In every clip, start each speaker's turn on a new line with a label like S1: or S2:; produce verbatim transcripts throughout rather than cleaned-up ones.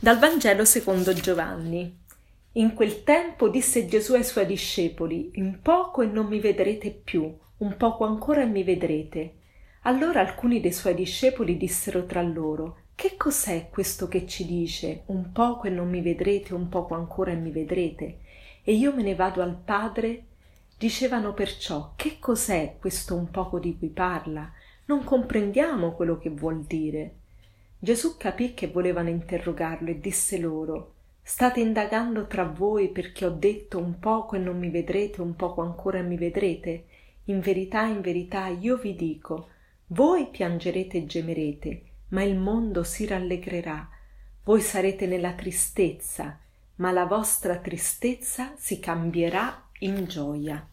S1: Dal Vangelo secondo Giovanni. In quel tempo disse Gesù ai suoi discepoli: «In poco e non mi vedrete più, un poco ancora e mi vedrete». Allora alcuni dei suoi discepoli dissero tra loro: «Che cos'è questo che ci dice? Un poco e non mi vedrete, un poco ancora e mi vedrete? E io me ne vado al Padre?» Dicevano perciò: «Che cos'è questo un poco di cui parla? Non comprendiamo quello che vuol dire». Gesù capì che volevano interrogarlo e disse loro: «State indagando tra voi perché ho detto un poco e non mi vedrete, un poco ancora e mi vedrete? In verità, in verità, io vi dico, voi piangerete e gemerete, ma il mondo si rallegrerà. Voi sarete nella tristezza, ma la vostra tristezza si cambierà in gioia».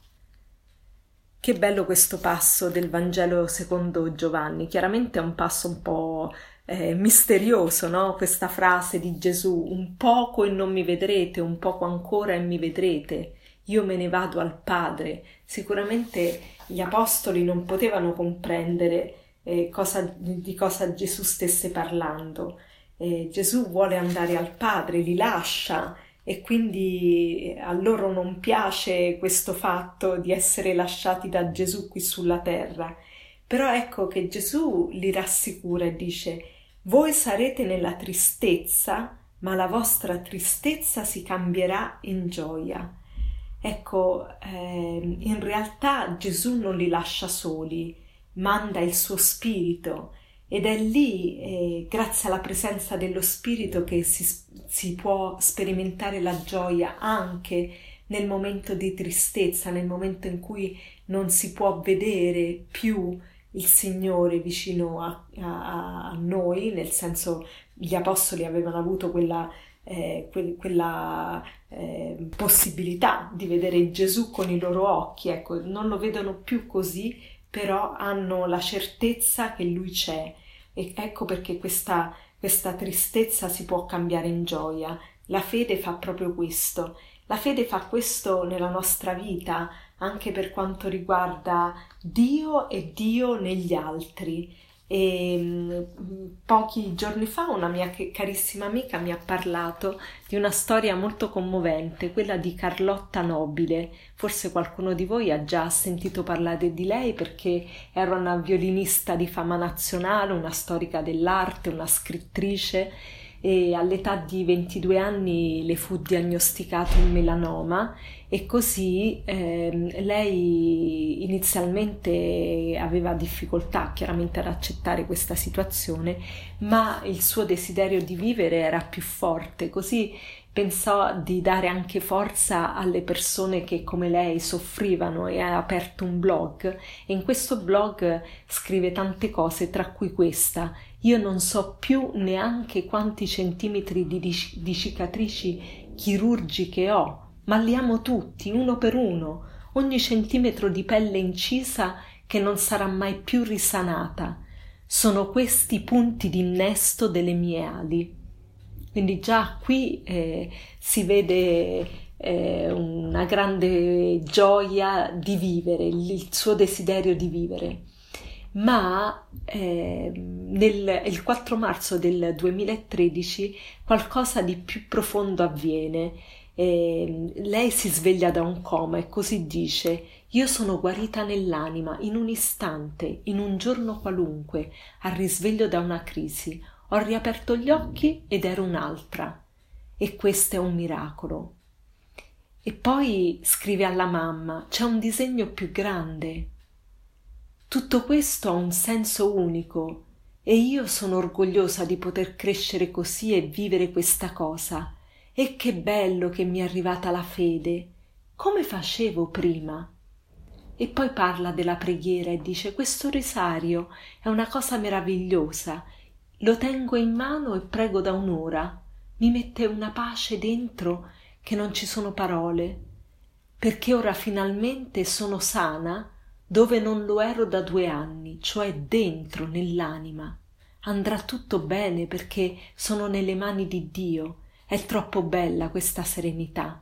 S1: Che bello questo passo del Vangelo secondo Giovanni. Chiaramente è un passo un po' eh, misterioso, no? Questa frase di Gesù: un poco e non mi vedrete, un poco ancora e mi vedrete. Io me ne vado al Padre. Sicuramente gli apostoli non potevano comprendere eh, cosa, di cosa Gesù stesse parlando. Eh, Gesù vuole andare al Padre, li lascia. E quindi a loro non piace questo fatto di essere lasciati da Gesù qui sulla terra. Però ecco che Gesù li rassicura e dice: voi sarete nella tristezza, ma la vostra tristezza si cambierà in gioia. Ecco, eh, in realtà Gesù non li lascia soli, manda il suo Spirito. Ed è lì, eh, grazie alla presenza dello Spirito, che si, si può sperimentare la gioia anche nel momento di tristezza, nel momento in cui non si può vedere più il Signore vicino a, a, a noi, nel senso, gli apostoli avevano avuto quella, eh, que, quella eh, possibilità di vedere Gesù con i loro occhi, ecco, non lo vedono più così, però hanno la certezza che Lui c'è. E ecco perché questa, questa tristezza si può cambiare in gioia. La fede fa proprio questo. La fede fa questo nella nostra vita, anche per quanto riguarda Dio e Dio negli altri. E mh, pochi giorni fa una mia carissima amica mi ha parlato di una storia molto commovente, quella di Carlotta Nobile. Forse qualcuno di voi ha già sentito parlare di lei, perché era una violinista di fama nazionale, una storica dell'arte, una scrittrice, e all'età di ventidue anni le fu diagnosticato un melanoma. E così eh, lei inizialmente aveva difficoltà chiaramente ad accettare questa situazione, ma il suo desiderio di vivere era più forte, così pensò di dare anche forza alle persone che come lei soffrivano e ha aperto un blog, e in questo blog scrive tante cose, tra cui questa: io non so più neanche quanti centimetri di, di cicatrici chirurgiche ho, ma li amo tutti, uno per uno, ogni centimetro di pelle incisa che non sarà mai più risanata. Sono questi i punti di innesto delle mie ali. Quindi già qui eh, si vede eh, una grande gioia di vivere, il, il suo desiderio di vivere. Ma eh, nel, il quattro marzo del duemilatredici qualcosa di più profondo avviene. Eh, lei si sveglia da un coma e così dice: io sono guarita nell'anima in un istante, in un giorno qualunque, al risveglio da una crisi. Ho riaperto gli occhi ed ero un'altra, e questo è un miracolo. E poi scrive alla mamma: c'è un disegno più grande. Tutto questo ha un senso unico e io sono orgogliosa di poter crescere così e vivere questa cosa. E che bello che mi è arrivata la fede. Come facevo prima? E poi parla della preghiera e dice: questo rosario è una cosa meravigliosa. Lo tengo in mano e prego da un'ora. Mi mette una pace dentro che non ci sono parole, perché ora finalmente sono sana dove non lo ero da due anni, cioè dentro, nell'anima. Andrà tutto bene perché sono nelle mani di Dio. È troppo bella questa serenità.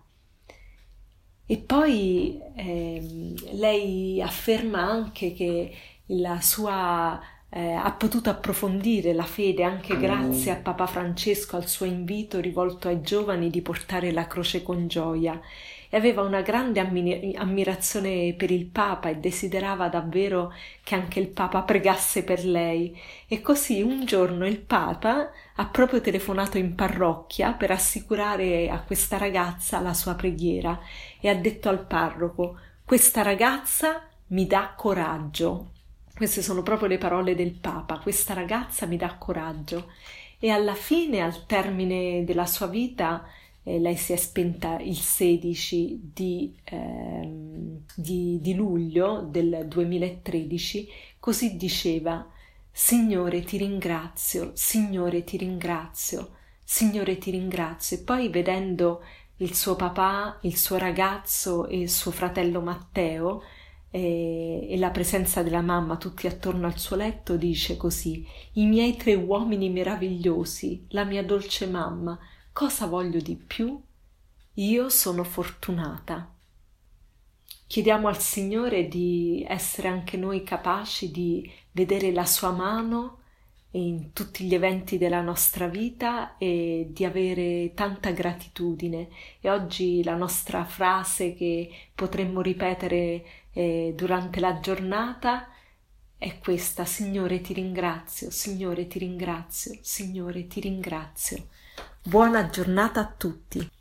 S1: E poi eh, lei afferma anche che la sua eh, ha potuto approfondire la fede anche grazie a Papa Francesco, al suo invito rivolto ai giovani di portare la croce con gioia, e aveva una grande ammir- ammirazione per il Papa e desiderava davvero che anche il Papa pregasse per lei. E così un giorno il Papa ha proprio telefonato in parrocchia per assicurare a questa ragazza la sua preghiera e ha detto al parroco: questa ragazza mi dà coraggio. Queste sono proprio le parole del Papa: questa ragazza mi dà coraggio. E alla fine, al termine della sua vita, eh, lei si è spenta il sedici di, ehm, di, di luglio del duemilatredici, così diceva: Signore ti ringrazio, Signore ti ringrazio, Signore ti ringrazio. E poi, vedendo il suo papà, il suo ragazzo e il suo fratello Matteo e, e la presenza della mamma tutti attorno al suo letto, dice così: i miei tre uomini meravigliosi, la mia dolce mamma, cosa voglio di più? Io sono fortunata. Chiediamo al Signore di essere anche noi capaci di vedere la sua mano in tutti gli eventi della nostra vita e di avere tanta gratitudine. E oggi la nostra frase che potremmo ripetere eh, durante la giornata è questa: Signore ti ringrazio, Signore ti ringrazio, Signore ti ringrazio. Buona giornata a tutti.